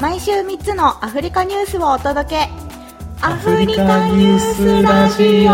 毎週3つのアフリカニュースをお届け、アフリカニュースラジオ。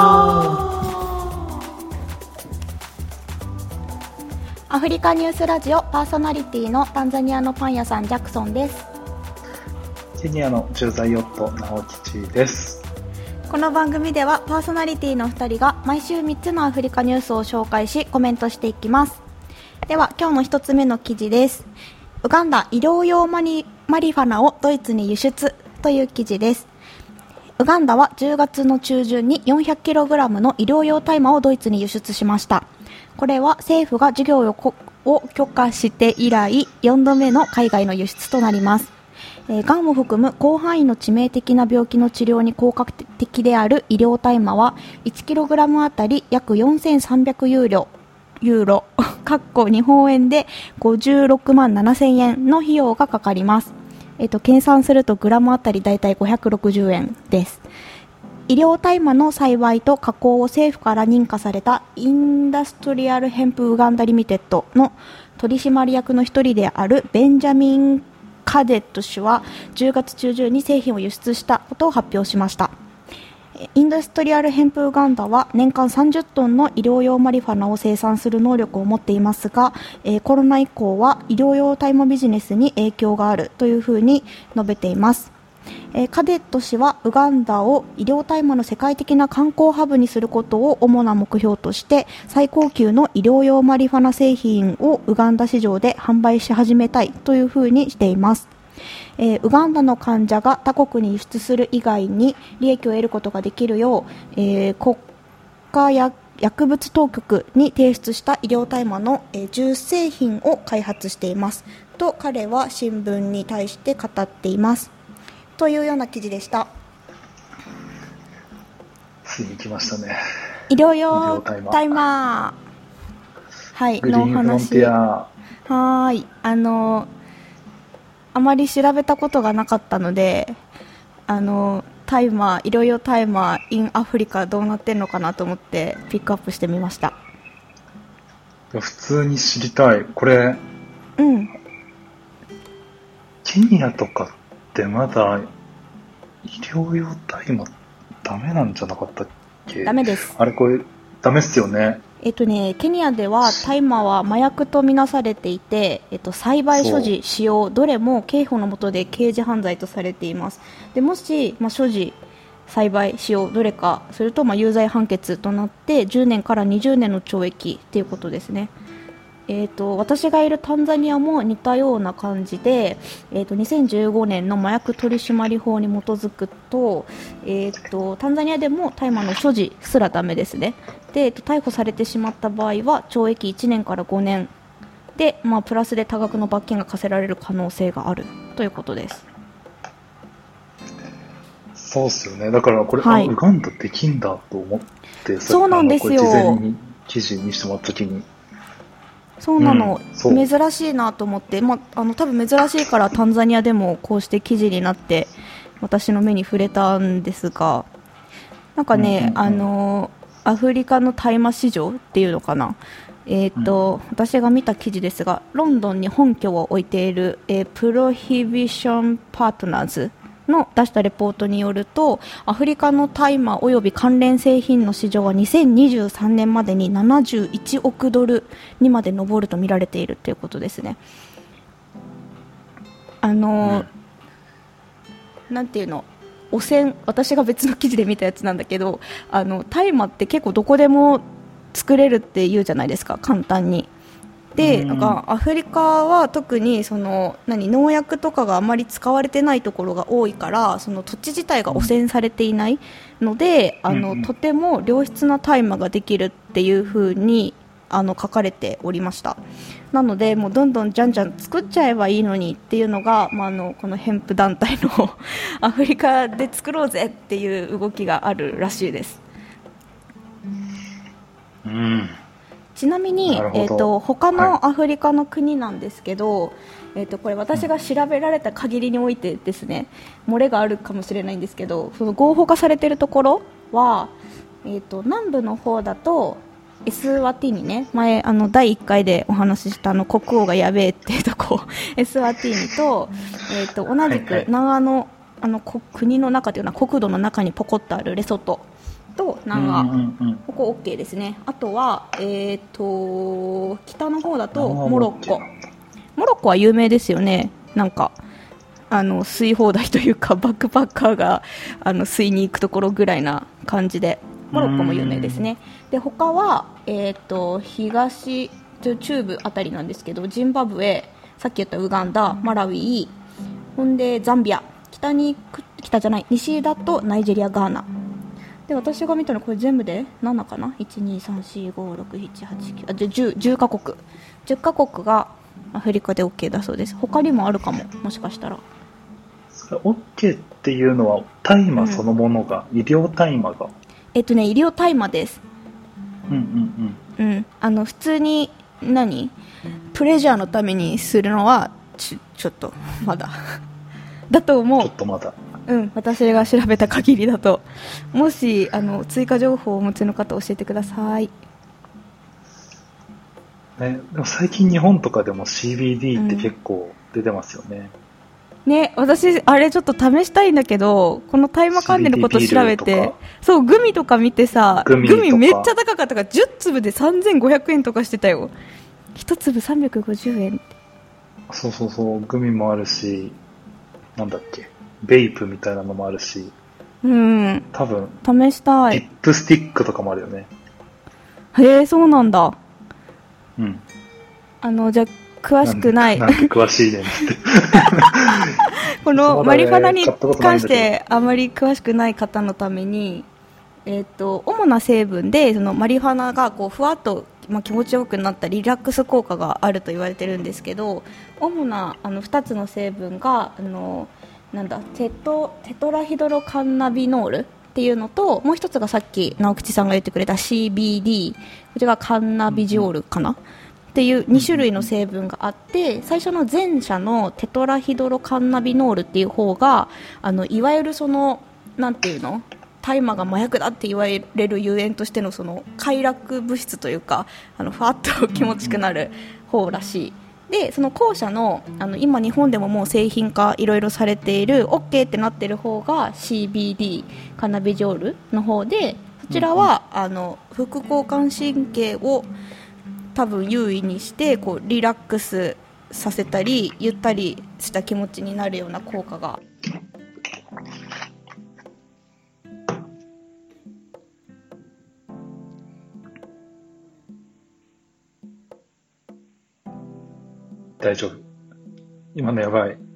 アフリカニュースラジオパーソナリティのタンザニアのパン屋さんジャクソンです。 ケニアの駐在ヨット直吉です。 この番組ではパーソナリティの2人が毎週3つのアフリカニュースを紹介しコメントしていきます。では今日の1つ目の記事です。ウガンダ医療用マリファナをドイツに輸出という記事です。ウガンダは10月の中旬に 400kg の医療用大麻をドイツに輸出しました。これは政府が事業を許可して以来4度目の海外の輸出となります。がんを含む広範囲の致命的な病気の治療に効果的である医療大麻は 1kg あたり約4300ユーロ日本円で56万7000円の費用がかかります。計算するとグラムあたりだいたい560円です。医療大麻の栽培と加工を政府から認可されたインダストリアルヘンプウガンダリミテッドの取締役の一人であるベンジャミン・カデット氏は10月中旬に製品を輸出したことを発表しました。インダストリアルヘンプウガンダは年間30トンの医療用マリファナを生産する能力を持っていますが、コロナ以降は医療用大麻ビジネスに影響があるというふうに述べています。カデット氏はウガンダを医療大麻の世界的な観光ハブにすることを主な目標として最高級の医療用マリファナ製品をウガンダ市場で販売し始めたいというふうにしています。ウガンダの患者が他国に輸出する以外に利益を得ることができるよう、国家薬物当局に提出した医療大麻の、10製品を開発していますと彼は新聞に対して語っていますというような記事でした。 ついに来ましたね。 医療用大麻、はい、 グリーンフロンティア。 はい、あまり調べたことがなかったので、大麻、医療用大麻 in アフリカどうなってんのかなと思ってピックアップしてみました。 普通に知りたい。これ、 うん、 ケニアとかってまだ医療用大麻ダメなんじゃなかったっけ？ ダメです。 あれこれダメっすよね。 ケニアでは大麻は麻薬とみなされていて、栽培、所持、使用どれも刑法の下で刑事犯罪とされています。でもし、所持、栽培、使用どれかすると、有罪判決となって10年から20年の懲役ということですね。私がいるタンザニアも似たような感じで、2015年の麻薬取締法に基づくと、タンザニアでも大麻の所持すらダメですね。で、逮捕されてしまった場合は懲役1年から5年で、プラスで多額の罰金が課せられる可能性があるということです。 そうっすよね。だからこれ、 はい、 ウガンダできんだと思って、 そうなんですよ。 これ事前に記事にしてもらった時にそうなの、珍しいなと思って、多分珍しいからタンザニアでもこうして記事になって私の目に触れたんですが、なんかね、アフリカの大麻市場っていうのかな、私が見た記事ですが、ロンドンに本拠を置いている、プロヒビションパートナーズの出したレポートによると、アフリカの大麻および関連製品の市場は2023年までに71億ドルにまで上ると見られているということですね。なんていうの、私が別の記事で見たやつなんだけど、大麻って結構どこでも作れるって言うじゃないですか、簡単に。で、なんかアフリカは特に農薬とかがあまり使われてないところが多いから、その土地自体が汚染されていないので、とても良質な大麻ができるっていう風に書かれておりました。なのでもうどんどんじゃんじゃん作っちゃえばいいのにっていうのが、このヘンプ団体のアフリカで作ろうぜっていう動きがあるらしいです。ちなみに、他のアフリカの国なんですけど、これ私が調べられた限りにおいてですね、漏れがあるかもしれないんですけど、その合法化されているところは、南部の方だとエスワティニね、前第1回でお話しした国王がやべえっていうとこエスワティニと、同じく長野、国の中というのは国土の中にポコッとあるレソトと長、ここ OK ですね。あとは、北の方だとモロッコ。モロッコは有名ですよね。なんか吸い放題というかバックパッカーが吸いに行くところぐらいな感じでモロッコも有名ですね。で他は、東中部あたりなんですけど、ジンバブエ、さっき言ったウガンダ、マラウイ、ほんでザンビア、北じゃない西だとナイジェリア、ガーナで、私が見たのこれ全部で7かな、 1,2,3,4,5,6,7,8,9 10カ国10カ国がアフリカで OK だそうです。他にもあるかも、もしかしたら。 それ OK っていうのは大麻そのものが、医療大麻が医療大麻です。普通にプレジャーのためにするのはちょっとまだだと思う。 ちょっとまだ。 私が調べた限りだと。もし追加情報をお持ちの方教えてください。 ね、でも最近日本とかでも CBD って結構出てますよね。 ね、私あれちょっと試したいんだけど、この大麻関連のことを調べて、そうグミとか見てさ、グミめっちゃ高かったから10粒で3500円とかしてたよ。1粒350円。 そうグミもあるし、なんだっけ、ベイプみたいなのもあるし、多分試したい。 リップスティックとかもあるよね。 へえ、そうなんだ。じゃあ詳しくない。 なんて詳しいねんってこのマリファナに関してあまり詳しくない方のために、主な成分でそのマリファナがこうふわっと、気持ちよくなったリラックス効果があると言われてるんですけど、主な2つの成分がテトラヒドロカンナビノールっていうのと、もう一つがさっき直吉さんが言ってくれた CBD、 こちらがカンナビジオールかなっていう2種類の成分があって、最初の前者のテトラヒドロカンナビノールっていう方がいわゆるなんていうの、大麻が麻薬だって言われるゆえんとしての快楽物質というか、ふわっと気持ちよくなる方らしい。でその後者の今日本でももう製品化いろいろされている OK ってなっている方が CBD カナビジョールの方で、そちらは副交感神経を多分優位にしてこうリラックスさせたりゆったりした気持ちになるような効果が。 大丈夫。今のやばい。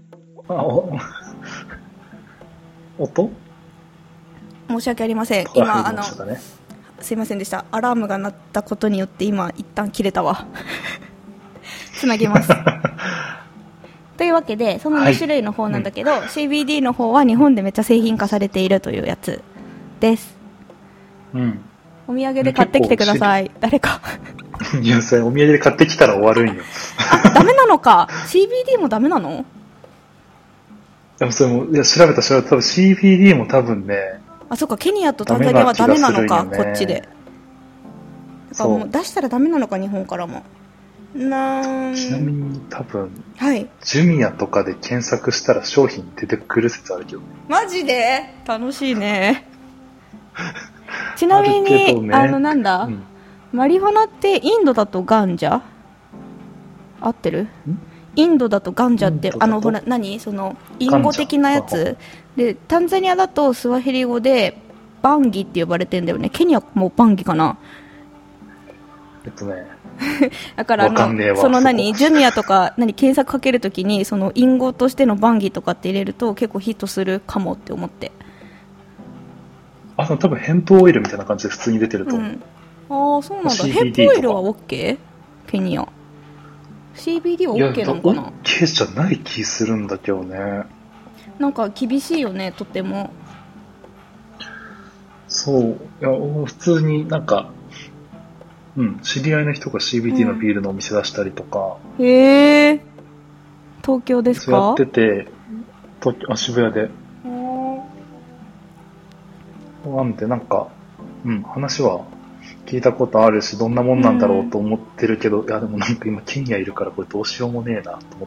音？ 申し訳ありません。今すいませんでした。アラームが鳴ったことによって今一旦切れたわ。つなげます。というわけでその2種類の方なんだけど、CBD の方は日本でめっちゃ製品化されているというやつです。お土産で買ってきてください。誰か。 いや、それお土産で買ってきたら終わるんよ。 ダメなのか。CBD もダメなの？ でもそれも、いや、調べた多分 CBD も多分ね。 そっか、ケニアとタンザニアはダメなのか、こっちで。もう出したらダメなのか、日本からも。 ちなみに多分、ジュミヤとかで検索したら商品出てくる説あるけどね。 マジで楽しいね。ちなみに、なんだ、マリファナってインドだとガンジャ合ってる？インドだとガンジャって、ほら、インゴ的なやつで、タンザニアだとスワヒリ語でバンギって呼ばれてるんだよね。ケニアもバンギかな。だからジュミヤとか検索かけるときに隠語としてのバンギとかって入れると結構ヒットするかもって思って。 多分ヘンプオイルみたいな感じで普通に出てると思う。 そうなんだ。ヘンプオイルは OK？ ケニア CBD は OK なのかな。 いや OK じゃない気するんだけどね。 なんか厳しいよね、とても。 そう、いや普通に知り合いの人が CBD のビールのお店出したりとか。 へえ。東京ですか？ そうやってて、渋谷で。なんで話は聞いたことあるし、どんなもんなんだろうと思ってるけど、いやでもなんか今ケニアいるからこれどうしようもねえなと思って。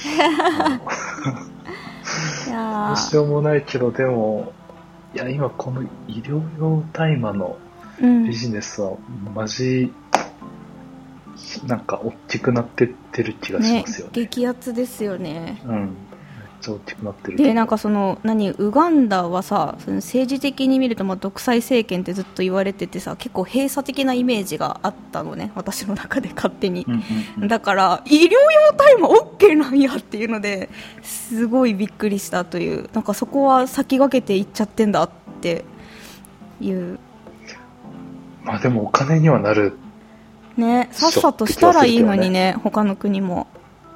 いやどうしようもないけど、でも、いや今この医療用大麻のビジネスはマジ、なんか大きくなってってる気がしますよね。 激アツですよね。 めっちゃ大きくなってる。 でなんかウガンダはさ、その政治的に見ると独裁政権ってずっと言われててさ、結構閉鎖的なイメージがあったのね、私の中で勝手に。だから医療用大麻 OK なんやっていうのですごいびっくりしたという、なんかそこは先駆けていっちゃってんだっていう。 まあでもお金にはなるね、さっさとしたらいいのにね、他の国も。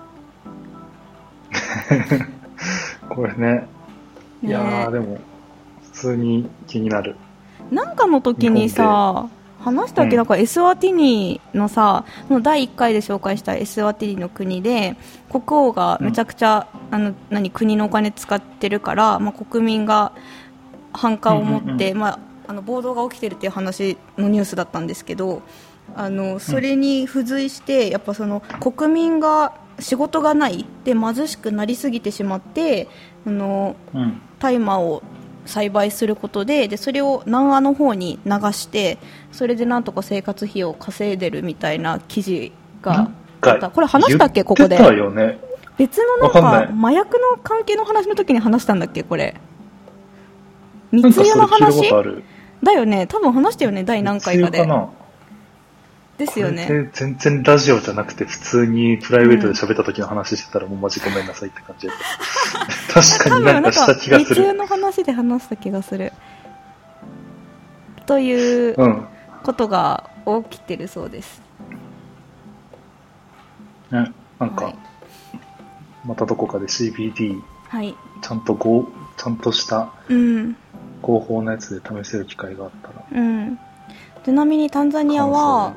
これね、いやーでも普通に気になる。 なんかの時にさ話したっけ、なんかエスワティニのさ、第1回で紹介したエスワティニの国で国王がめちゃくちゃ、国のお金使ってるから、国民が反感を持って、暴動が起きてるっていう話のニュースだったんですけど、それに付随してやっぱ国民が仕事がないで貧しくなりすぎてしまって、大麻を栽培することで、それを南アの方に流して、それでなんとか生活費を稼いでるみたいな記事があった。これ話したっけ、ここで。別のなんか麻薬の関係の話の時に話したんだっけ、これ。密輸の話だよね、多分話したよね、第何回かで。ですよね。 全然ラジオじゃなくて普通にプライベートで喋った時の話してたらもうマジごめんなさいって感じで確かになんかした気がする。 密輸の話で話した気がするということが起きてるそうです、 ね、なんか、またどこかで CBD、ちゃんとした合法なやつで試せる機会があったら、 ちなみにタンザニアは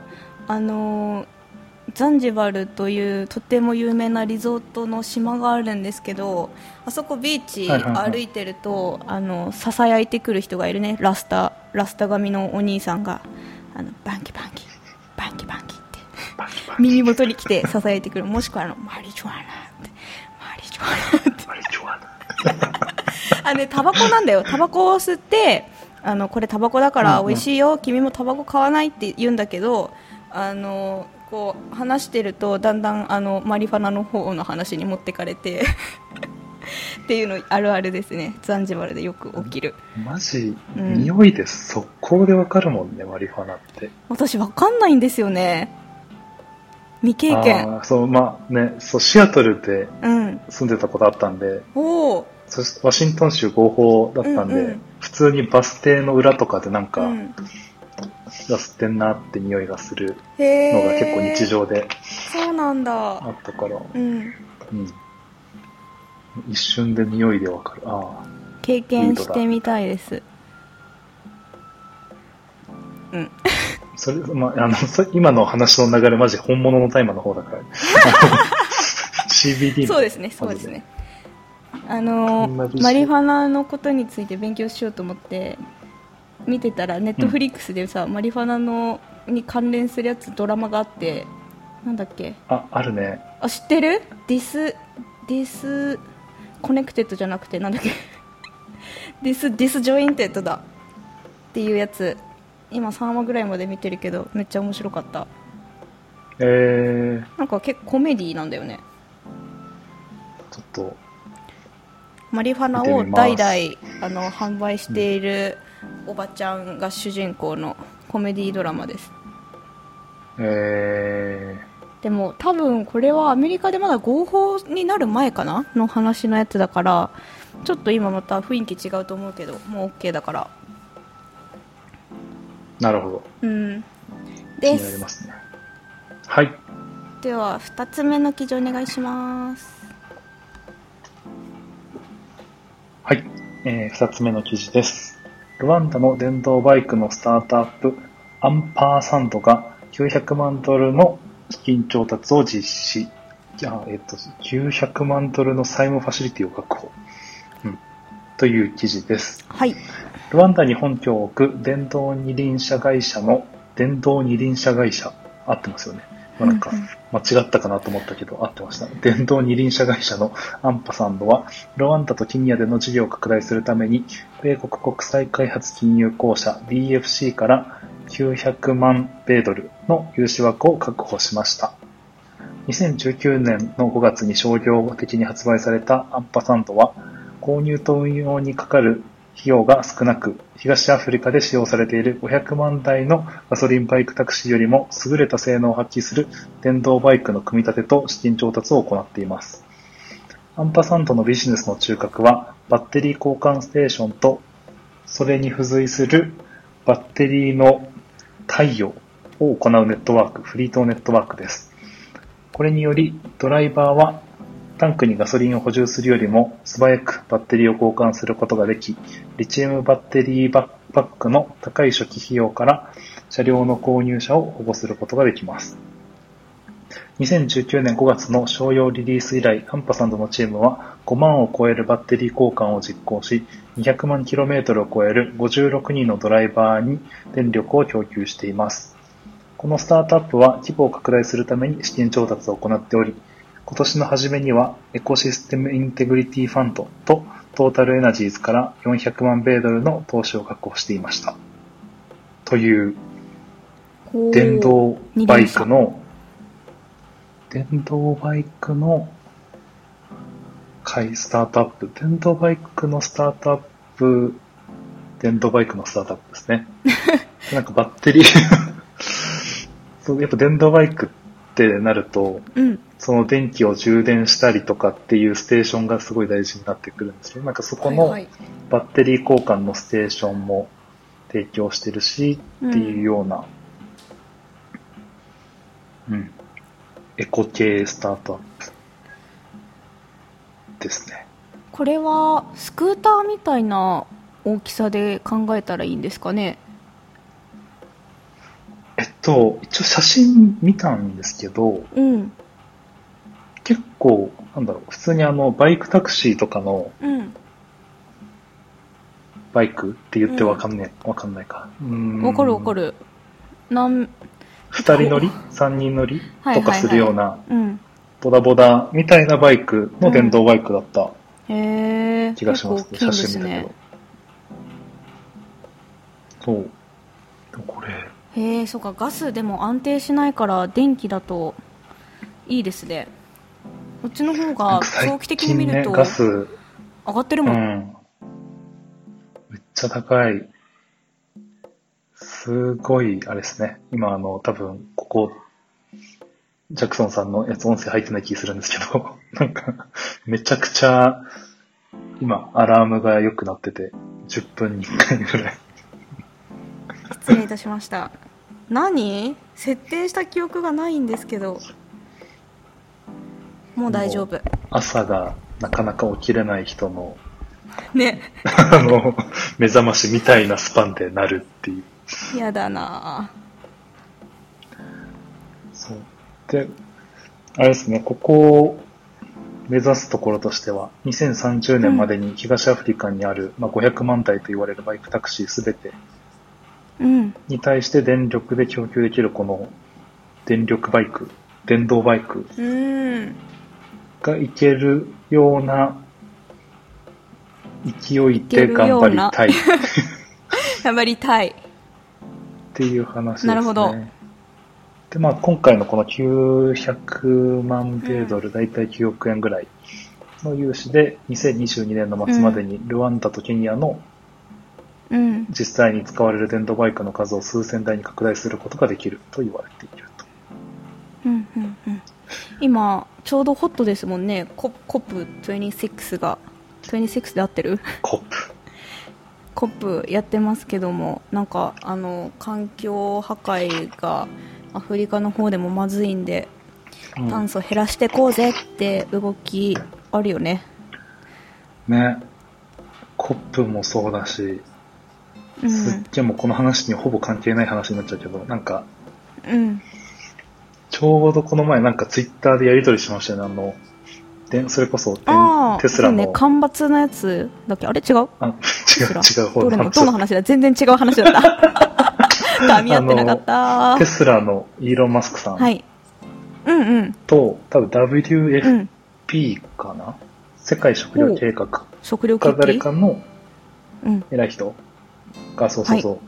ザンジバルというとても有名なリゾートの島があるんですけど、あそこビーチ歩いてると、ささやいてくる人がいるね。ラスタ髪のお兄さんがバンキバンキバンキバンキって耳元に来てささやいてくる。もしくはマリジュアナってマリジュアナってタバコなんだよ。タバコを吸ってこれタバコだから美味しいよ、君もタバコ買わないって言うんだけど、こう話してるとだんだんマリファナの方の話に持ってかれてっていうのあるあるですね。ザンジバルでよく起きる。 マジ、匂いで速攻でわかるもんね、マリファナって。 私わかんないんですよね、未経験。 シアトルで住んでたことあったんで、ワシントン州合法だったんで、普通にバス停の裏とかでなんか、吸ってんなって匂いがするのが結構日常でそうなんだあったから、一瞬で匂いでわかる。 経験してみたいです。 それ、今の話の流れマジ本物の大麻の方だからCBD そうですね、そうですね。マリファナのことについて勉強しようと思って見てたら、ネットフリックスでさ、マリファナに関連するやつドラマがあって、なんだっけ。 あるね。 知ってる？ディスコネクテッドじゃなくてなんだっけディスジョインテッドだっていうやつ、今3話ぐらいまで見てるけどめっちゃ面白かった。なんか結構コメディなんだよね。 ちょっとマリファナを代々販売しているおばちゃんが主人公のコメディドラマです。でも多分これはアメリカでまだ合法になる前かなの話のやつだから、ちょっと今また雰囲気違うと思うけど、もう OK だから。 なるほど。 です。 気になりますね。はい。 では2つ目の記事お願いします。 はい、2つ目の記事です。ルワンダの電動バイクのスタートアップアンパーサンドが900万ドルの資金調達を実施。900万ドルの債務ファシリティを確保、という記事です。 はい。 ルワンダに本拠を置く電動二輪車会社の電動二輪車会社、合ってますよね。なんか間違ったかなと思ったけど合ってました。電動二輪車会社のアンパサンドは、ルワンダとケニアでの事業を拡大するために、米国国際開発金融公社 BFC から900万米ドルの融資枠を確保しました。2019年の5月に商業的に発売されたアンパサンドは、購入と運用にかかる費用が少なく、東アフリカで使用されている500万台のガソリンバイクタクシーよりも優れた性能を発揮する電動バイクの組み立てと資金調達を行っています。アンパサンドのビジネスの中核は、バッテリー交換ステーションと、それに付随するバッテリーの貸与を行うネットワーク、フリートネットワークです。これにより、ドライバーはタンクにガソリンを補充するよりも素早くバッテリーを交換することができ、リチウムバッテリーバッグの高い初期費用から車両の購入者を保護することができます。2019年5月の商用リリース以来、アンパサンドのチームは5万を超えるバッテリー交換を実行し、200万 km を超える56人のドライバーに電力を供給しています。このスタートアップは規模を拡大するために資金調達を行っており、今年の初めにはエコシステムインテグリティファンドとトータルエナジーズから400万米ドルの投資を確保していました。という電動バイクのスタートアップ、電動バイクのスタートアップですね。なんかバッテリーそうやっぱ電動バイクってなると、その電気を充電したりとかっていうステーションがすごい大事になってくるんですよ。なんかそこのバッテリー交換のステーションも提供してるしっていうような、エコ系スタートアップですね。 これはスクーターみたいな大きさで考えたらいいんですかね。 一応写真見たんですけど、結構普通にバイクタクシーとかのバイクって言ってわかんないか。 わかる。 2人乗り ?3 人乗りとかするような、ボダボダみたいなバイクの電動バイクだった気がします。写真見たけど。そう。これ。 そうか、ガスでも安定しないから電気だといいですね。こっちの方が長期的に見るとガス上がってるもん。 めっちゃ高い。すごい、あれですね。今多分、ここ、ジャクソンさんのやつ音声入ってない気するんですけど、なんか、めちゃくちゃ、今、アラームが良くなってて、10分に1回ぐらい。 失礼いたしました。設定した記憶がないんですけど、もう大丈夫。 朝がなかなか起きれない人の、 ね。 目覚ましみたいなスパンでなるっていう。 やだなそう。で、あれですね、ここを目指すところとしては、2030年までに東アフリカにある、500万台と言われるバイクタクシーすべてに対して電力で供給できるこの電動バイクがいけるような勢いで頑張りたい。 頑張りたい。 っていう話ですね。 なるほど。 で、今回のこの900万米ドル、だいたい9億円ぐらいの融資で、2022年の末までにルワンダとケニアの実際に使われる電動バイクの数を数千台に拡大することができると言われていると。 今ちょうどホットですもんね。COP26 が26で合ってる？ COP やってますけども、なんか環境破壊がアフリカの方でもまずいんで、炭素減らしてこうぜって動きあるよね。 ね。COP もそうだし、すっげえもうこの話にほぼ関係ない話になっちゃうけど、なんか、ちょうどこの前なんかツイッターでやり取りしましたよね。それこそテスラの、 ね、干ばつのやつだっけ？あれ違う？ 違うどの話だ？全然違う話だった。 噛み合ってなかったテスラのイーロン・マスクさんと、 はい。うんうん。 多分 WFP かな、世界食糧計画食糧危か誰機かのうん。 偉い人が、そうそうそう、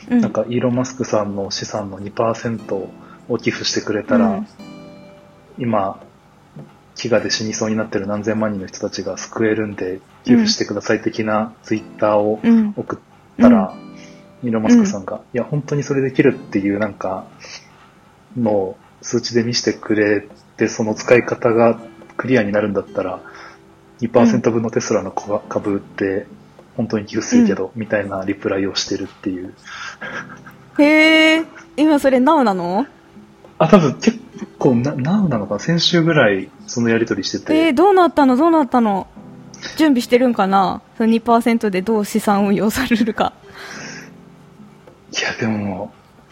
うん。 なんかイーロン・マスクさんの資産の 2% を寄付してくれたら、今、飢餓で死にそうになってる何千万人の人たちが救えるんで、寄付してください的なツイッターを送ったら、イーロン・マスクさんが、いや、本当にそれできるっていうなんか、のを数値で見せてくれて、その使い方がクリアになるんだったら、2% 分のテスラの株売って、本当に寄付するけど、みたいなリプライをしてるっていう。 へー。今それ Now なの？ 多分結構Now なのかな、先週ぐらいそのやり取りしてて。 どうなったの準備してるんかな、その 2% でどう資産運用されるか。 いや、でも、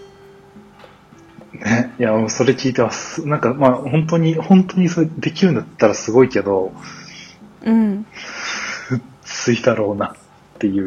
ね、いや、もうそれ聞いてます。なんか、まあ、本当にそれできるんだったらすごいけど、 うん。 ついだろうなっていう。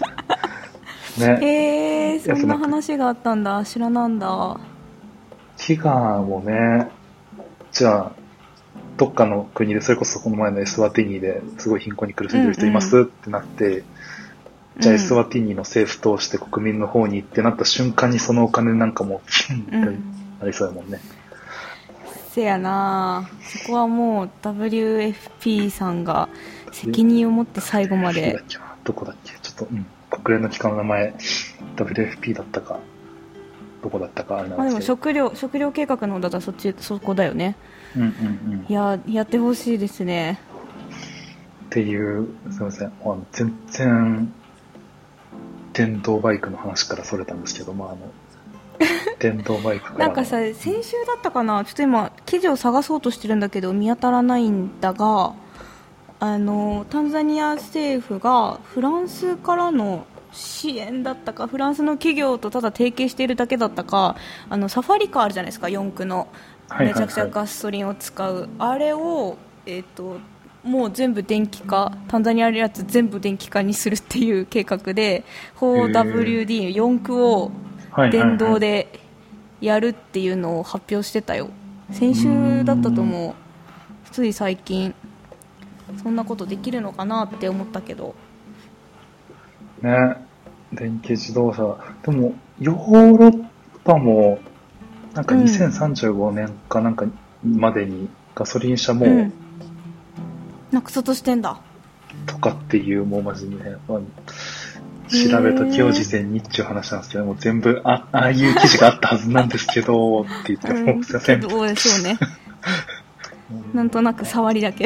ね。そんな話があったんだ。知らなんだ。 飢餓もね、じゃあ、どっかの国で、それこそこの前のエスワティニーですごい貧困に苦しんでる人います、ってなって、じゃあエスワティニーの政府通して国民の方にってなった瞬間にそのお金なんかもってなりそうやもんね。 せやな、そこはもう WFP さんが責任を持って最後まで。 どこだっけ、ちょっと、国連の機関の名前 WFP だったかどこだったかあれなんですけど。 でも食料計画のだったらそこだよね。いや、やってほしいですね。 っていう、すみません、全然電動バイクの話からそれたんですけど、電動バイクからなんかさ、先週だったかな、ちょっと今記事を探そうとしてるんだけど見当たらないんだが、タンザニア政府がフランスからの支援だったか、フランスの企業とただ提携しているだけだったか、サファリカーあるじゃないですか、四駆のめちゃくちゃガソリンを使う、あれを、もう全部電気化、タンザニアのやつ全部電気化にするっていう計画で 4WD 四駆を電動でやるっていうのを発表してたよ。先週だったと思う。つい最近。そんなことできるのかなって思ったけどね。電気自動車でもヨーロッパもなんか2035年かなんかまでにガソリン車も、 なくそうとしてんだとかっていう、もうマジでね、調べときを事前にっていう話なんですけど、もう全部ああいう記事があったはずなんですけどって言っても、すいません。 そうでしょうね。なんとなく触りだけ。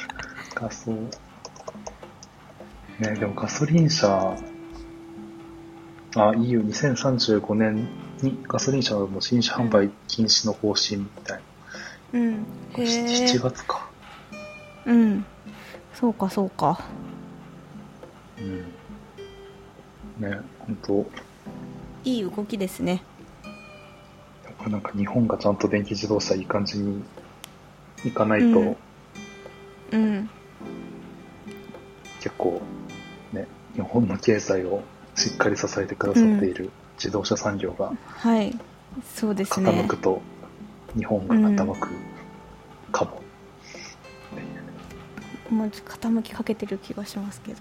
ね、でもガソリン車、EU2035 年にガソリン車の新車販売禁止の方針みたいな。7月か。 そうかそうか。 ね、本当。 いい動きですね。 これなんか日本がちゃんと電気自動車いい感じにいかないと、結構ね、日本の経済をしっかり支えてくださっている自動車産業が、 そうですね。 傾くと日本が傾くかも。 もう傾きかけてる気がしますけど。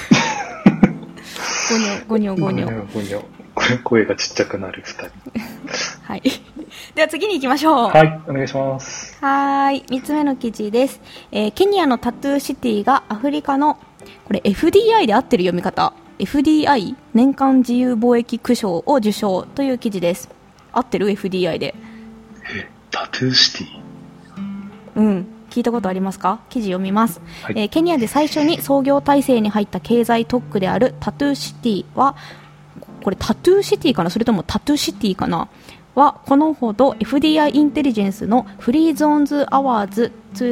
ゴニョ。 声がちっちゃくなる2人。 はい。では次に行きましょう。 はい、お願いします。 3つ目の記事です。ケニアのタトゥーシティがアフリカの、これ FDI で合ってる読み方、FDI 年間自由貿易区賞を受賞という記事です。合ってる FDI で。 タトゥーシティ、聞いたことありますか？記事読みます。ケニアで最初に創業体制に入った経済特区であるタトゥーシティは、これタトゥーシティかな、それともタトゥーシティかなは、このほど FDI インテリジェンスのフリーゾーンズアワーズ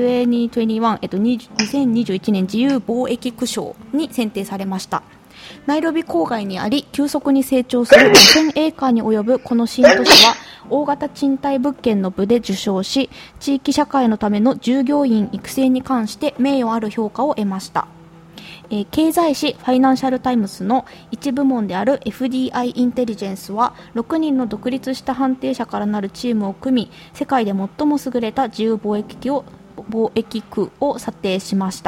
2021、2021年自由貿易区賞に選定されました。ナイロビ郊外にあり、急速に成長する5000エーカーに及ぶこの新都市は、大型賃貸物件の部で受賞し、地域社会のための従業員育成に関して名誉ある評価を得ました。 経済誌ファイナンシャルタイムズの一部門である FDI インテリジェンスは6人の独立した判定者からなるチームを組み、世界で最も優れた自由貿易区を査定しました。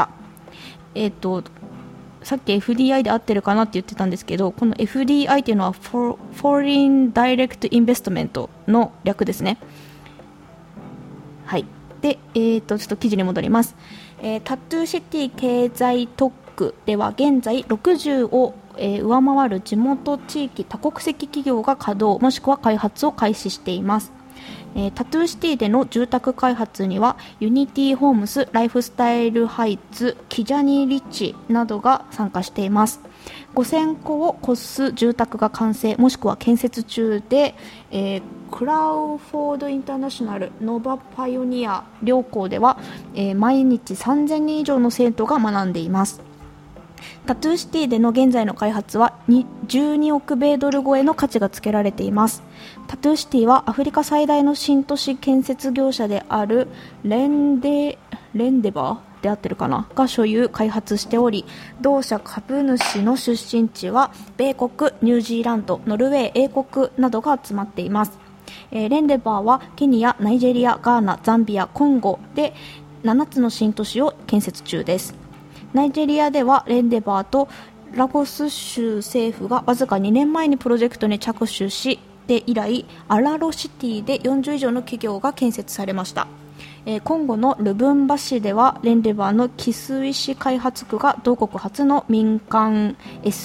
さっき FDI で合ってるかなって言ってたんですけど、この FDI っていうのは Foreign Direct Investment の略ですね。はい。で、ちょっと記事に戻ります。タトゥーシティ経済特区では現在60を、上回る地元地域多国籍企業が稼働もしくは開発を開始しています。タトゥーシティでの住宅開発にはユニティホームス、ライフスタイルハイツ、キジャニーリッチなどが参加しています。5000戸を超す住宅が完成もしくは建設中で、クラウフォードインターナショナル、ノバパイオニア両校では、毎日3000人以上の生徒が学んでいます。タトゥーシティでの現在の開発は12億米ドル超えの価値がつけられています。タトゥーシティはアフリカ最大の新都市建設業者であるレンデバーであってるかなが所有開発しており、同社株主の出身地は米国、ニュージーランド、ノルウェー、英国などが集まっています。レンデバーはケニア、ナイジェリア、ガーナ、ザンビア、コンゴで7つの新都市を建設中です。ナイジェリアではレンデバーとラゴス州政府がわずか2年前にプロジェクトに着手し、で以来アラロシティで40以上の企業が建設されました。コンゴのルブンバ市ではレンデバーのキスイ市開発区が同国初の民間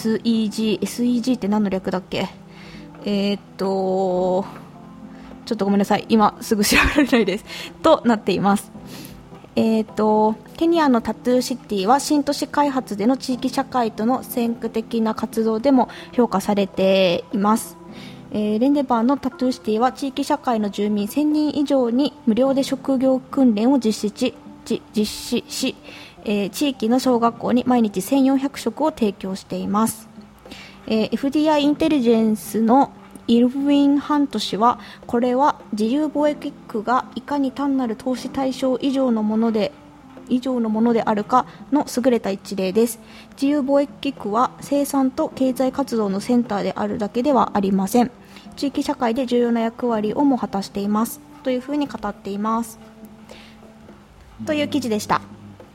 SEG って何の略だっけ、ちょっとごめんなさい、今すぐ調べられないですとなっています。ケニアのタトゥーシティは新都市開発での地域社会との先駆的な活動でも評価されています。レンデバーのタトゥーシティは地域社会の住民1000人以上に無料で職業訓練を実施し、地域の小学校に毎日1400食を提供しています。FDI インテリジェンスのイルウィン・ハント氏は、これは自由貿易区がいかに単なる投資対象以上のものであるかの優れた一例です。自由貿易区は生産と経済活動のセンターであるだけではありません。地域社会で重要な役割をも果たしていますというふうに語っています、という記事でした。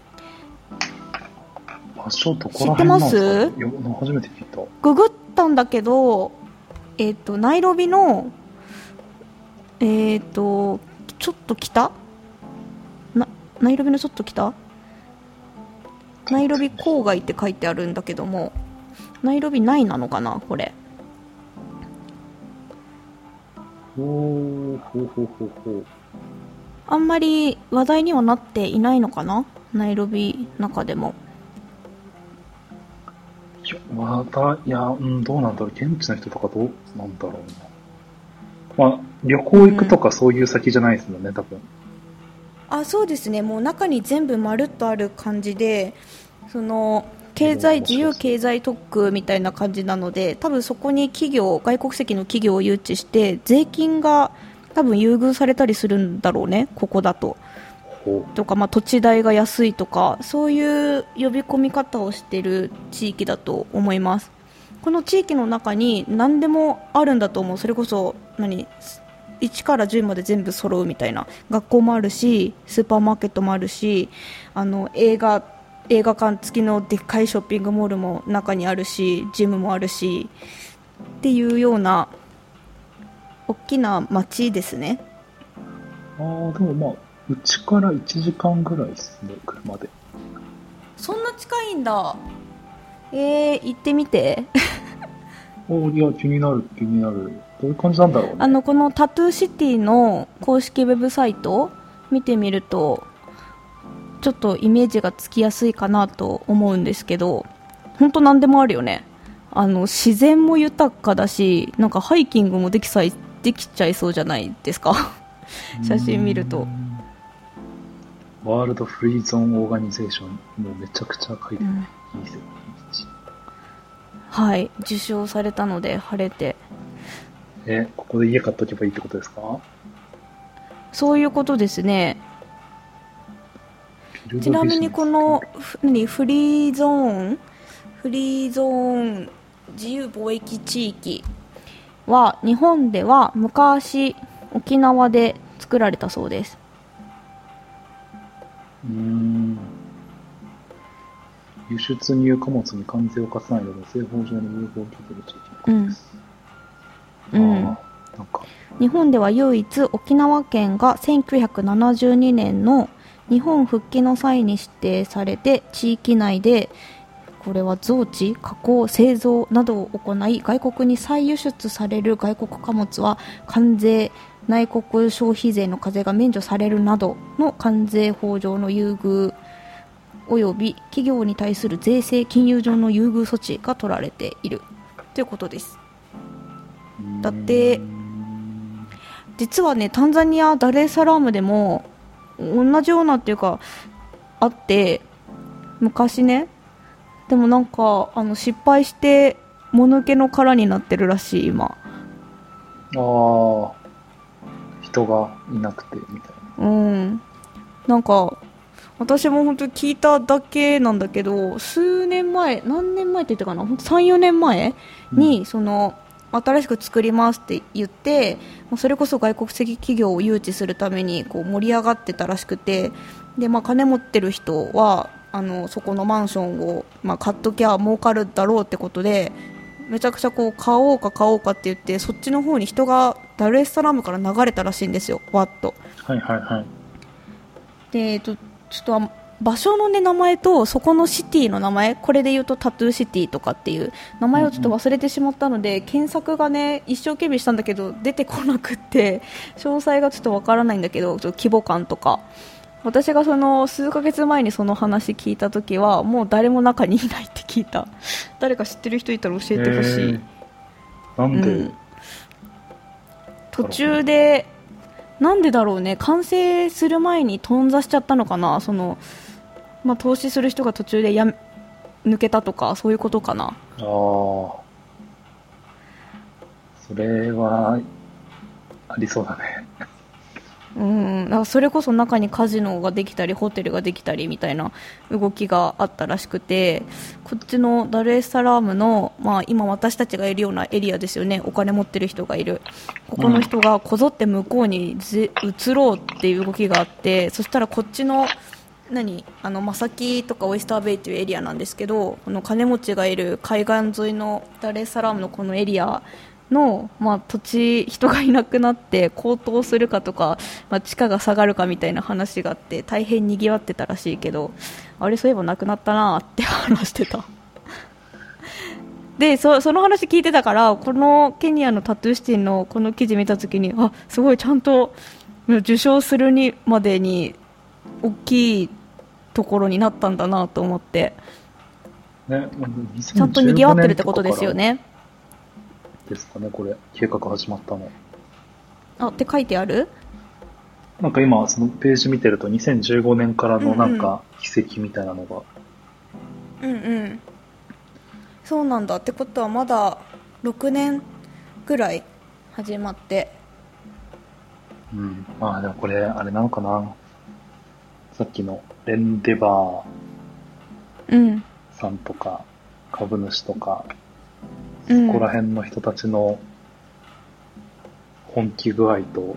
場所どこら辺なんですか？ 知ってます？ 初めて聞いた。 ググったんだけど、ナイロビのちょっと北ナイロビのちょっと北、ナイロビ郊外って書いてあるんだけども、ナイロビ内なのかなこれ。あんまり話題にはなっていないのかな、ナイロビ中でも。 どうなんだろう、現地の人とかどうなんだろうな。まあ、旅行行くとかそういう先じゃないですもんね、多分。 そうですね、もう中に全部まるっとある感じで、その自由経済特区みたいな感じなので、多分そこに外国籍の企業を誘致して税金が多分優遇されたりするんだろうね、ここだと。とか、土地代が安いとか、そういう呼び込み方をしている地域だと思います。この地域の中に何でもあるんだと思う。それこそ1から10まで全部揃うみたいな、学校もあるし、スーパーマーケットもあるし、映画館付きのでっかいショッピングモールも中にあるし、ジムもあるしっていうような大きな街ですね。 でもうちから1時間ぐらいですね、車で。 そんな近いんだ。行ってみて。 いや、気になる。どういう感じなんだろうね。 このタトゥーシティの公式ウェブサイト見てみると、ちょっとイメージがつきやすいかなと思うんですけど、本当何でもあるよね。自然も豊かだし、なんかハイキングもできちゃいそうじゃないですか。写真見ると。 ワールドフリーゾーンオーガニゼーション、もうめちゃくちゃ書いてる、いいですよ。 はい、受賞されたので晴れて。 ここで家買っとけばいいってことですか？ そういうことですね。ちなみにこのフリーゾーンフリーゾーン自由貿易地域は日本では昔沖縄で作られたそうです。 輸出入貨物に関税を課さないなど製法上の優遇を受けている地域です。なんか日本では唯一沖縄県が1972年の日本復帰の際に指定されて地域内でこれは増地、加工、製造などを行い外国に再輸出される外国貨物は関税、内国消費税の課税が免除されるなどの関税法上の優遇および企業に対する税制金融上の優遇措置が取られているということです。だって実はね、タンザニアダレーサラームでも同じようなっていうかあって昔ね、でもなんか失敗してもぬけの殻になってるらしい今。 人がいなくてみたいな。なんか私も本当に聞いただけなんだけど、数年前、何年前って言ったかな、本当3、4年前に、新しく作りますって言って、それこそ外国籍企業を誘致するためにこう盛り上がってたらしくて、で、金持ってる人はそこのマンションを、買っときゃ儲かるだろうってことでめちゃくちゃこう買おうかって言って、そっちの方に人がダルエスサラームから流れたらしいんですよ、わっと。で、ちょっと場所の、名前とそこのシティの名前、これで言うとタトゥーシティとかっていう名前をちょっと忘れてしまったので、検索がね一生懸命したんだけど出てこなくって詳細がちょっとわからないんだけど、ちょっと規模感とか、私が数ヶ月前にその話聞いた時はもう誰も中にいないって聞いた。誰か知ってる人いたら教えてほしい。 なんで、 途中でなんでだろうね、完成する前に頓挫しちゃったのかな、投資する人が途中で抜けたとかそういうことかな。 それはありそうだね。 だからそれこそ中にカジノができたりホテルができたりみたいな動きがあったらしくて、こっちのダルエスサラームの、今私たちがいるようなエリアですよね、お金持ってる人がいるここの人がこぞって向こうに移ろうっていう動きがあって、そしたらこっちのマサキとかオイスターベイというエリアなんですけど、この金持ちがいる海岸沿いのダルエスサラームのこのエリアの、土地、人がいなくなって高騰するかとか、地価が下がるかみたいな話があって大変にぎわってたらしいけど、あれそういえばなくなったなって話してた。でその話聞いてたから、このケニアのタトゥーシティのこの記事見たときに、すごいちゃんと受賞するにまでに大きいところになったんだなと思って、 ね、 ちゃんとにぎわってるってことですよね。 ですかね、これ計画始まったの。 って書いてある？ なんか今そのページ見てると2015年からのなんか奇跡みたいなのが、 そうなんだ。ってことはまだ6年ぐらい始まって、 でもこれあれなのかな、さっきのレンデバーさんとか株主とか、そこら辺の人たちの本気具合と、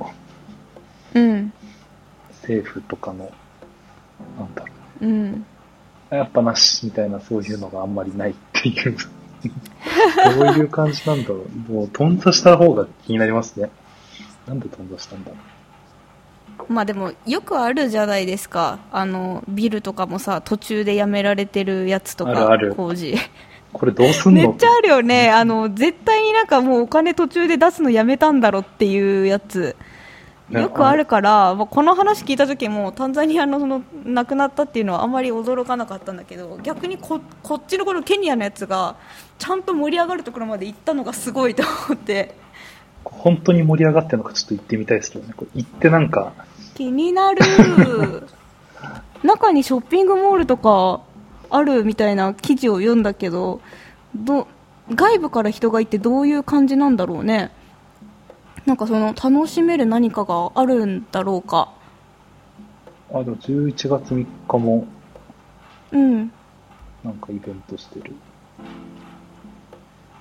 政府とかのなんだろう、やっぱなしみたいな、そういうのがあんまりないっていうどういう感じなんだろう。もう頓挫した方が気になりますね。なんで頓挫したんだろう。 でもよくあるじゃないですか、ビルとかもさ、途中でやめられてるやつとか、 ある工事これどうすんのめっちゃあるよね。絶対になんかもうお金途中で出すのやめたんだろっていうやつよくあるから、この話聞いた時もタンザニアの亡くなったっていうのはあまり驚かなかったんだけど、逆にこっちのこのケニアのやつがちゃんと盛り上がるところまで行ったのがすごいと思って。 本当に盛り上がってるのかちょっと行ってみたいですけどね。これ行ってなんか気になる中にショッピングモールとかあるみたいな記事を読んだけど、外部から人がいてどういう感じなんだろうね。なんか楽しめる何かがあるんだろうか。 でも11月3日もなんかイベントしてる。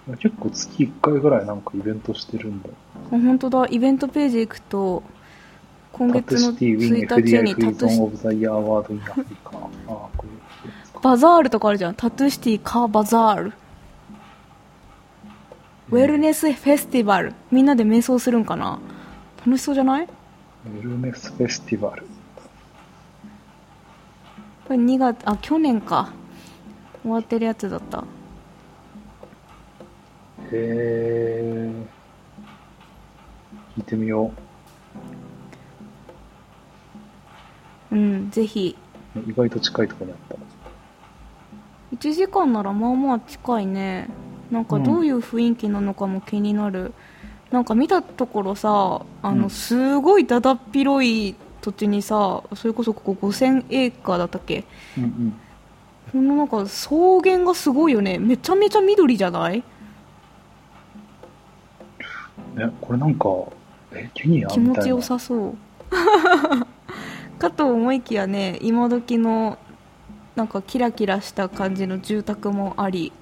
結構月1回ぐらいなんかイベントしてるんだ。 本当だ、イベントページ行くと今タト月のシティウィン 1日 FDI にフリーゾンオブザイヤーアワードインアフリカ。ああ、こういうやつか。 バザールとかあるじゃん。タトゥシティカーバザール、ウェルネスフェスティバル、みんなで瞑想するんかな。楽しそうじゃない？ ウェルネスフェスティバル。 これ2月、去年か、終わってるやつだった。 へえ。聞いてみようん、ぜひ。 う。意外と近いところにあった。 1時間ならまあまあ近いね。なんかどういう雰囲気なのかも気になる。なんか見たところさ、すごいだだっ広い土地にさ、それこそここ5000エーカーだったっけ。このなんか草原がすごいよね。めちゃめちゃ緑じゃない？ ね、これなんか、ケニアみたいな。 気持ちよさそうかと思いきやね、今時のなんかキラキラした感じの住宅もあり、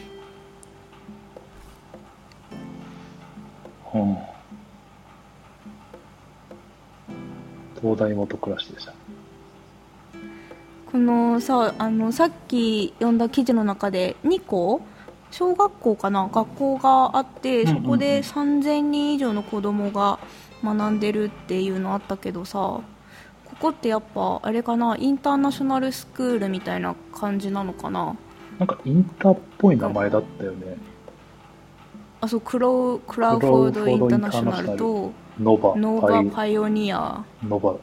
東大元暮らしでした。 このさ、さっき読んだ記事の中で2校小学校かな、学校があって、そこで3000人以上の子供が学んでるっていうのあったけどさ、ここってやっぱあれかな、インターナショナルスクールみたいな感じなのかな。 なんかインターっぽい名前だったよね。 そう、クラウフォードインターナショナルとノバパイオニア、 ノバ、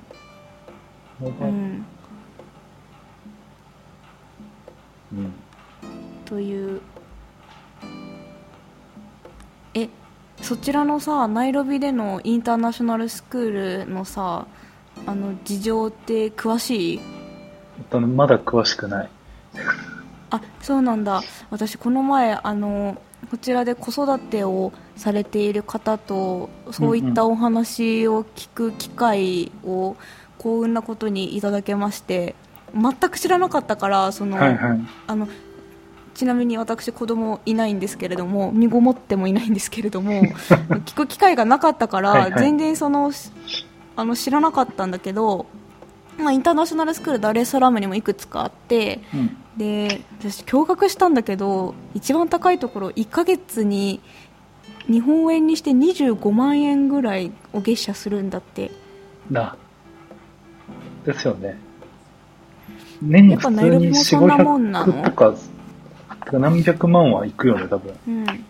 という。そちらのさ、ナイロビでのインターナショナルスクールのさ、事情って詳しい？ まだ詳しくない。 そうなんだ。私この前こちらで子育てをされている方とそういったお話を聞く機会を幸運なことにいただけまして、全く知らなかったから、ちなみに私子供いないんですけれども、身ごもってもいないんですけれども聞く機会がなかったから全然知らなかったんだけど、インターナショナルスクールダレーサラームにもいくつかあって、で私驚愕したんだけど、一番高いところ1ヶ月に日本円にして25万円ぐらいを月謝するんだって。 ですよね。年に普通に4、500とか何百万はいくよね、多分。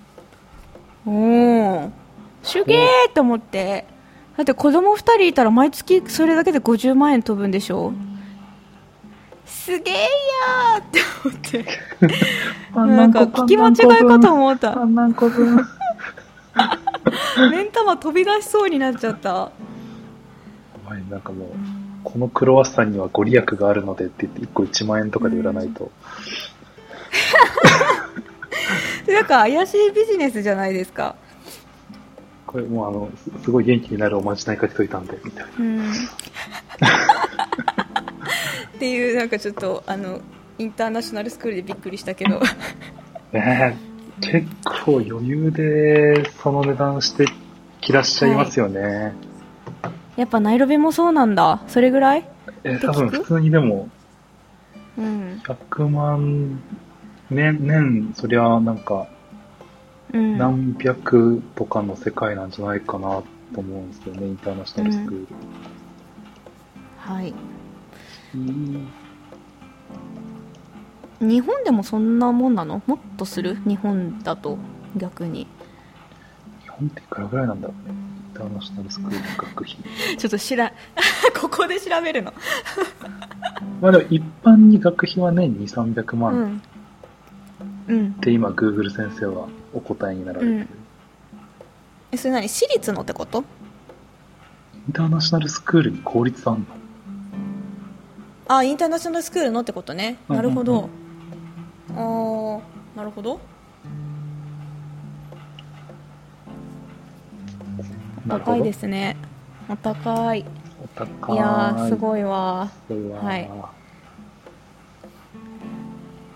すげーと思って。だって子供2人いたら毎月それだけで50万円飛ぶんでしょ。すげーやーって思ってなんか聞き間違いかと思った。目ん玉飛び出しそうになっちゃった。 なんかもう、このクロワッサンにはご利益があるのでって言って1個1万円とかで売らないと、 なんか怪しいビジネスじゃないですか。 これもうすごい元気になるおまじない書きといたんでみたいな、 っていう、なんかちょっとインターナショナルスクールでびっくりしたけど結構余裕でその値段してきらっしゃいますよね。 やっぱナイロビもそうなんだ。それぐらい？ 多分普通にでも100万年そりゃなんか何百とかの世界なんじゃないかなと思うんですよね、インターナショナルスクール。 はい。日本でもそんなもんなの？もっとする？日本だと逆に。 日本っていくらぐらいなんだろうね、インターナショナルスクールの学費。 ちょっとここで調べるのまあでも一般に学費は年に300万って今 Google 先生はお答えになられてる。 それ何？私立のってこと？ インターナショナルスクールに公立あんの？ インターナショナルスクールのってことね。なるほど。なるほど。お高いですね。お高い。いやー、すごいわ。はい。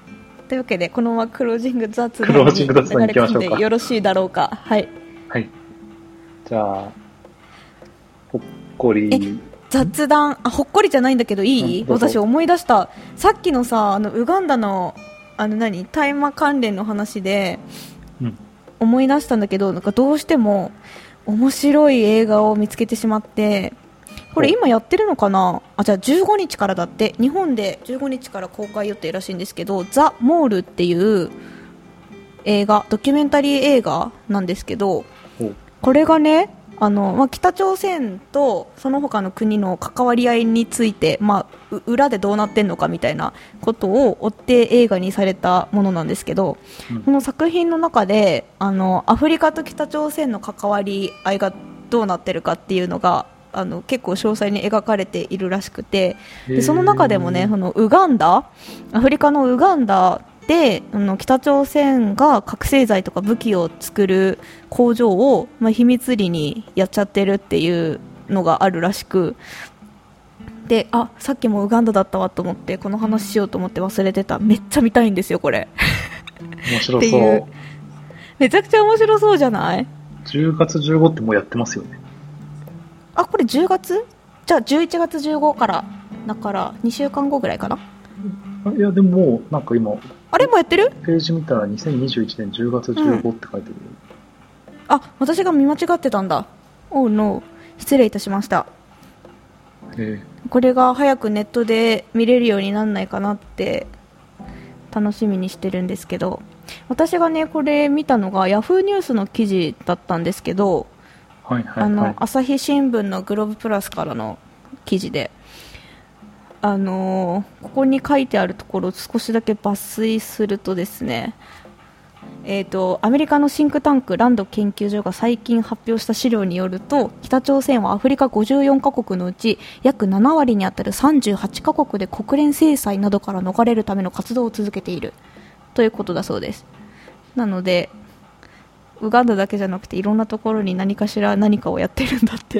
というわけでこのままクロージング雑談クロージング雑談に流れ行きましょうか込んでよろしいだろうか。はい。 はい。じゃあ、ほっこり。 雑談、ほっこりじゃないんだけどいい？私思い出した。さっきのさ、ウガンダの、大麻関連の話で、思い出したんだけど、なんかどうしても面白い映画を見つけてしまって、これ今やってるのかなあ、じゃあ15日からだって、日本で15日から公開予定らしいんですけど、ザ・モールっていう映画、ドキュメンタリー映画なんですけど、これがね、北朝鮮とその他の国の関わり合いについて、裏でどうなってんのかみたいなことを追って映画にされたものなんですけど、この作品の中でアフリカと北朝鮮の関わり合いがどうなってるかっていうのが結構詳細に描かれているらしくて、でその中でもね、そのウガンダ、アフリカのウガンダで北朝鮮が覚醒剤とか武器を作る工場を、秘密裏にやっちゃってるっていうのがあるらしく、で、さっきもウガンダだったわと思ってこの話しようと思って忘れてた。めっちゃ見たいんですよこれ。 面白そう。 めちゃくちゃ面白そうじゃない？ 10月15ってもうやってますよね。 これ10月？じゃあ11月15からだから2週間後ぐらいかな。 いやでももうなんか今あれもやってる？ ページ見たら2021年10月15って書いてる、 私が見間違ってたんだ。Oh no、 失礼いたしました。これが早くネットで見れるようになんないかなって楽しみにしてるんですけど、私がねこれ見たのがヤフーニュースの記事だったんですけど、朝日新聞のグローブプラスからの記事で、ここに書いてあるところを少しだけ抜粋するとですね、アメリカのシンクタンクランド研究所が最近発表した資料によると、北朝鮮はアフリカ54カ国のうち約7割にあたる38カ国で国連制裁などから逃れるための活動を続けているということだそうです。なのでウガンダだけじゃなくていろんなところに何かしら何かをやってるんだって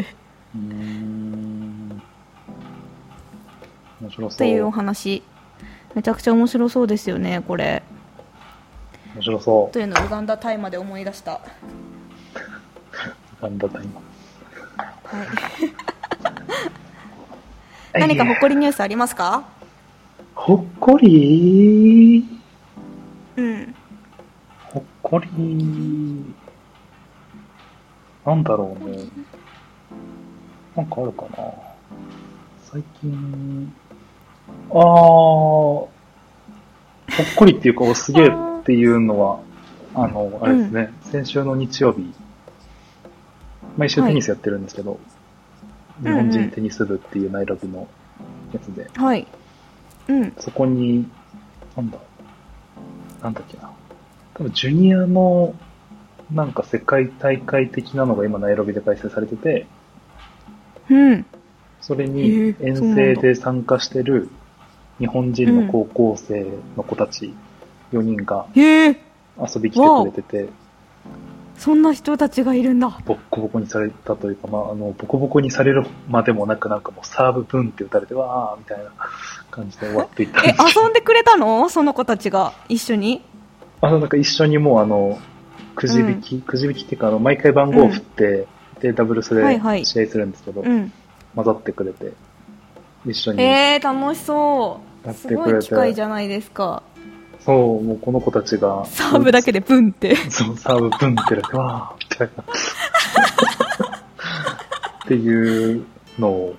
面白そうっていうお話。めちゃくちゃ面白そうですよねこれ。 面白そうというのをウガンダ大麻で思い出した。ウガンダ大麻、 何かほっこりニュースありますか？ ほっこりほっこりなんだろうね。なんかあるかな最近。ほっこりっていうかすげえっていうのはあれですね、先週の日曜日毎週テニスやってるんですけど、日本人テニス部っていうナイロビのやつで、そこになんだっけな、多分ジュニアのなんか世界大会的なのが今ナイロビで開催されてて、それに遠征で参加してる日本人の高校生の子たち4人が遊び来てくれてて、 そんな人たちがいるんだ。 ボッコボコにされたというか、ボコボコにされるまでもなく、なんかもうサーブブンって打たれてわーみたいな感じで終わっていったんです。 遊んでくれたの？その子たちが一緒に？ なんか一緒にもうくじ引きっていうか毎回番号を振って、でダブルスで試合するんですけど、混ざってくれて一緒に楽しそう。すごい機会じゃないですか。 そう、もうこの子たちがサーブだけでブンってそう、サーブブンってやってわーみたいなっていうのを、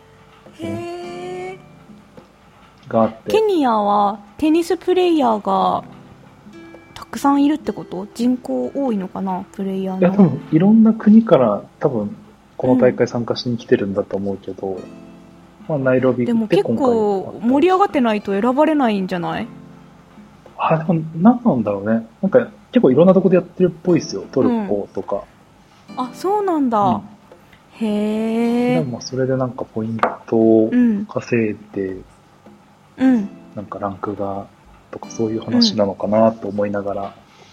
があって。 ケニアはテニスプレイヤーがたくさんいるってこと？人口多いのかな、プレイヤーの。 いや、多分いろんな国から多分この大会参加しに来てるんだと思うけど、ナイロビでも結構盛り上がってないと選ばれないんじゃない？ でも何なんだろうね。なんか結構いろんなとこでやってるっぽいですよ。トルコとか。 そうなんだ。へえ。 でもそれでなんかポイントを稼いで、なんかランクがとかそういう話なのかなと思いながら。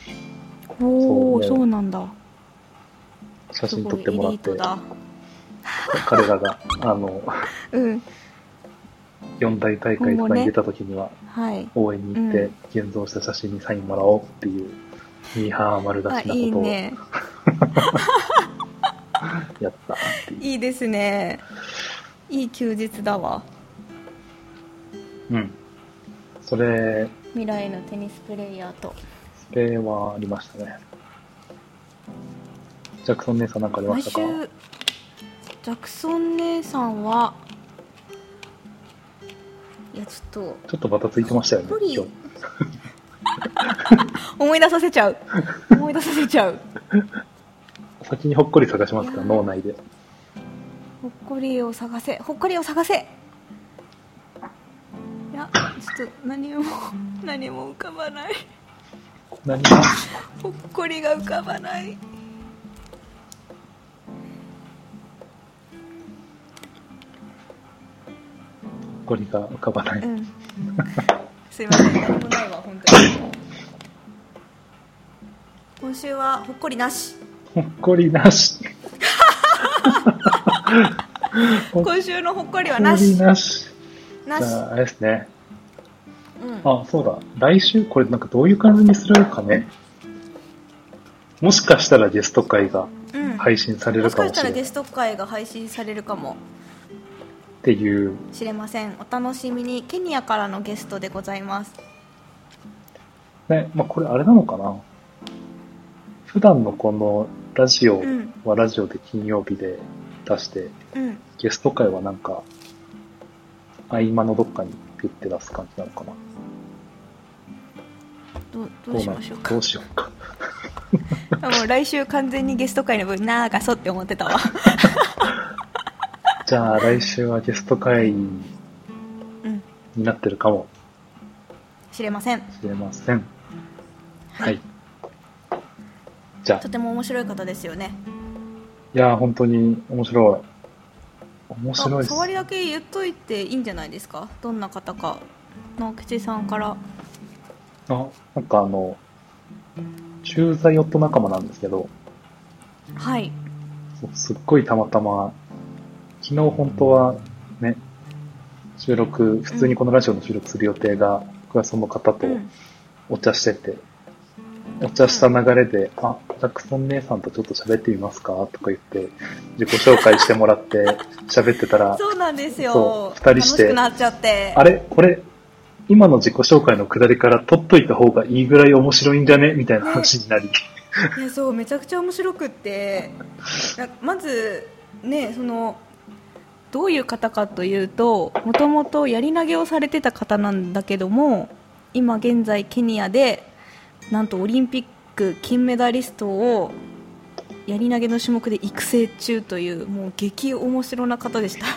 そうなんだ。 写真撮ってもらって。彼らが四大大会とかに出た時には、 はい。 応援に行って、現像した写真にサインもらおうっていう、ミーハー丸出しなことを、 いいね。 やったっていう。 いいですね。いい休日だわ。 うん。それ、 未来のテニスプレイヤーと。 それはありましたね。ジャクソン姉さんなんかありましたか？ 毎週、ジャクソン姉さんは、いやちょっとバタついてましたよね、今日。 思い出させちゃう。思い出させちゃう。 先にほっこり探しますか、脳内で。 ほっこりを探せ、ほっこりを探せ。いや、ちょっと何も浮かばない。 何がほっこりが浮かばない。 ほっこりが浮かばない。 すいません、なんもないわ、本当に。今週はほっこりなし。 ほっこりなし。 今週のほっこりはなし。 ほっこりなし。 なし。 じゃあ、あれですね。あ、そうだ。来週、これなんかどういう感じにするかね。もしかしたらゲスト会が配信されるかもしれない。 もしかしたらゲスト会が配信されるかも。 っていう知れません。お楽しみに。ケニアからのゲストでございますね。まあこれあれなのかな、普段のこのラジオはラジオで金曜日で出して、ゲスト会はなんか合間のどっかにピュッて出す感じなのかな。 どうしましょうか。 どうしようか。 もう来週完全にゲスト会の分長そうって思ってたわ。 じゃあ来週はゲスト会になってるかもしれません。 はい。じゃあとても面白い方ですよね。 いや本当に面白いです。 触りだけ言っといていいんじゃないですか。どんな方か。直吉さんから。 なんか駐在夫仲間なんですけど、 はい。 すっごいたまたま、昨日本当はね、普通にこのラジオの収録する予定が、僕はその方とお茶してて、お茶した流れで、ジャクソン姉さんとちょっと喋ってみますかとか言って、自己紹介してもらって喋ってたら、 そうなんですよ。 二人して、 楽しくなっちゃって。 あれこれ、今の自己紹介のくだりから取っといた方がいいぐらい面白いんじゃねみたいな話になり。 いや、そう、めちゃくちゃ面白くって、まず、ね、どういう方かというと、もともとやり投げをされてた方なんだけども、今現在ケニアで、なんとオリンピック金メダリストをやり投げの種目で育成中という、もう激面白な方でした。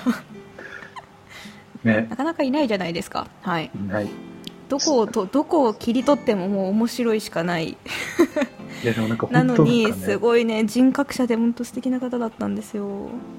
ね、 なかなかいないじゃないですか。はい。 いない。 どこを切り取ってももう面白いしかない。 いやでもなんかなのにすごいね、人格者で本当素敵な方だったんですよ。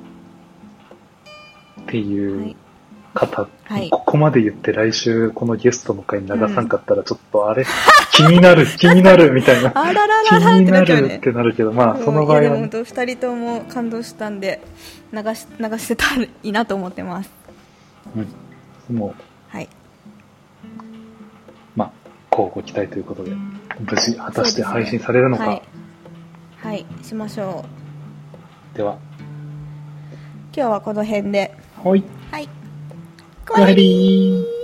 っていう方、 はい、 ここまで言って来週このゲストの回に流さんかったらちょっとあれ、気になるみたいな。 あらららら気になるってなるけど、まあその場合は、 いやでも本当2人とも感動したんで流してたらいいなと思ってます。 もう、 はい。 まあ、こうご期待ということで、無事果たして配信されるのか。 はい、はい、しましょう。 では、 今日はこの辺で。 はい。 はい。 おかえりー。